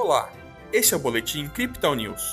Olá, esse é o Boletim Crypto News.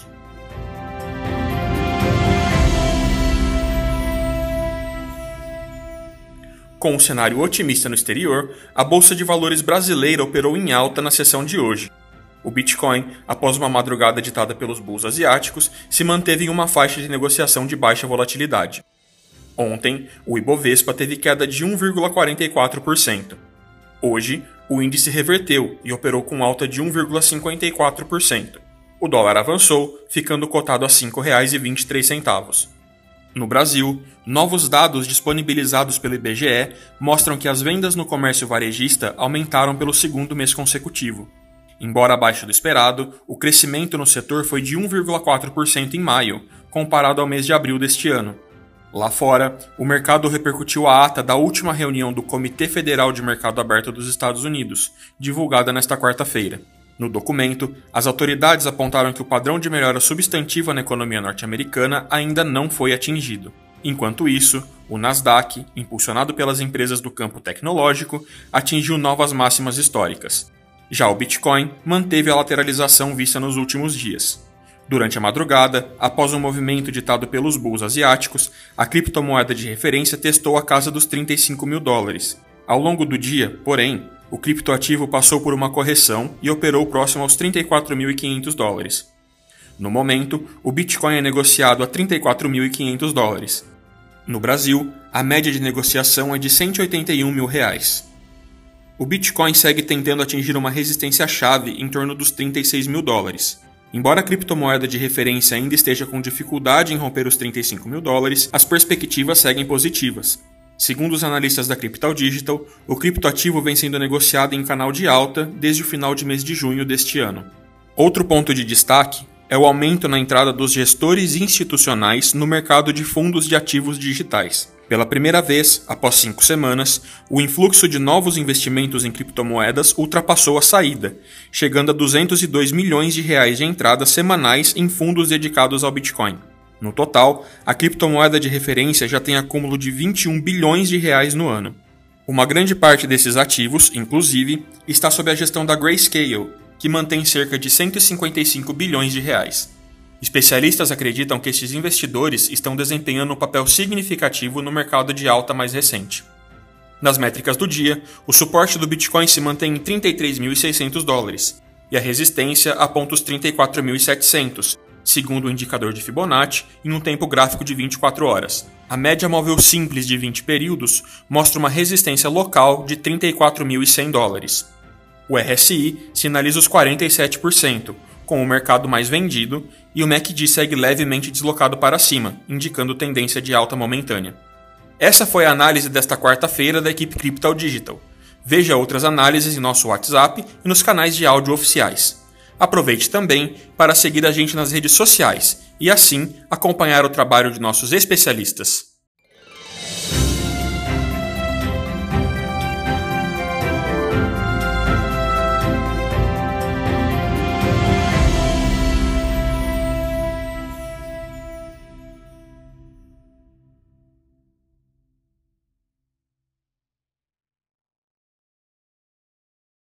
Com um cenário otimista no exterior, a Bolsa de Valores brasileira operou em alta na sessão de hoje. O Bitcoin, após uma madrugada ditada pelos bulls asiáticos, se manteve em uma faixa de negociação de baixa volatilidade. Ontem, o Ibovespa teve queda de 1,44%. Hoje, o índice reverteu e operou com alta de 1,54%. O dólar avançou, ficando cotado a R$ 5,23. No Brasil, novos dados disponibilizados pelo IBGE mostram que as vendas no comércio varejista aumentaram pelo segundo mês consecutivo. Embora abaixo do esperado, o crescimento no setor foi de 1,4% em maio, comparado ao mês de abril deste ano. Lá fora, o mercado repercutiu a ata da última reunião do Comitê Federal de Mercado Aberto dos Estados Unidos, divulgada nesta quarta-feira. No documento, as autoridades apontaram que o padrão de melhora substantiva na economia norte-americana ainda não foi atingido. Enquanto isso, o Nasdaq, impulsionado pelas empresas do campo tecnológico, atingiu novas máximas históricas. Já o Bitcoin manteve a lateralização vista nos últimos dias. Durante a madrugada, após um movimento ditado pelos bulls asiáticos, a criptomoeda de referência testou a casa dos $35 mil. Ao longo do dia, porém, o criptoativo passou por uma correção e operou próximo aos $34.500. No momento, o Bitcoin é negociado a $34.500. No Brasil, a média de negociação é de R$ 181 mil. O Bitcoin segue tentando atingir uma resistência-chave em torno dos $36 mil. Embora a criptomoeda de referência ainda esteja com dificuldade em romper os $35 mil, as perspectivas seguem positivas. Segundo os analistas da Crypto Digital, o criptoativo vem sendo negociado em canal de alta desde o final de mês de junho deste ano. Outro ponto de destaque é o aumento na entrada dos gestores institucionais no mercado de fundos de ativos digitais. Pela primeira vez, após 5 semanas, o influxo de novos investimentos em criptomoedas ultrapassou a saída, chegando a R$202 milhões de entradas semanais em fundos dedicados ao Bitcoin. No total, a criptomoeda de referência já tem acúmulo de R$21 bilhões no ano. Uma grande parte desses ativos, inclusive, está sob a gestão da Grayscale, que mantém cerca de R$155 bilhões. Especialistas acreditam que esses investidores estão desempenhando um papel significativo no mercado de alta mais recente. Nas métricas do dia, o suporte do Bitcoin se mantém em $33.600 e a resistência aponta os $34.700, segundo o indicador de Fibonacci, em um tempo gráfico de 24 horas. A média móvel simples de 20 períodos mostra uma resistência local de $34.100. O RSI sinaliza os 47%, com o mercado mais vendido, e o MACD segue levemente deslocado para cima, indicando tendência de alta momentânea. Essa foi a análise desta quarta-feira da equipe Crypto Digital. Veja outras análises em nosso WhatsApp e nos canais de áudio oficiais. Aproveite também para seguir a gente nas redes sociais e assim acompanhar o trabalho de nossos especialistas.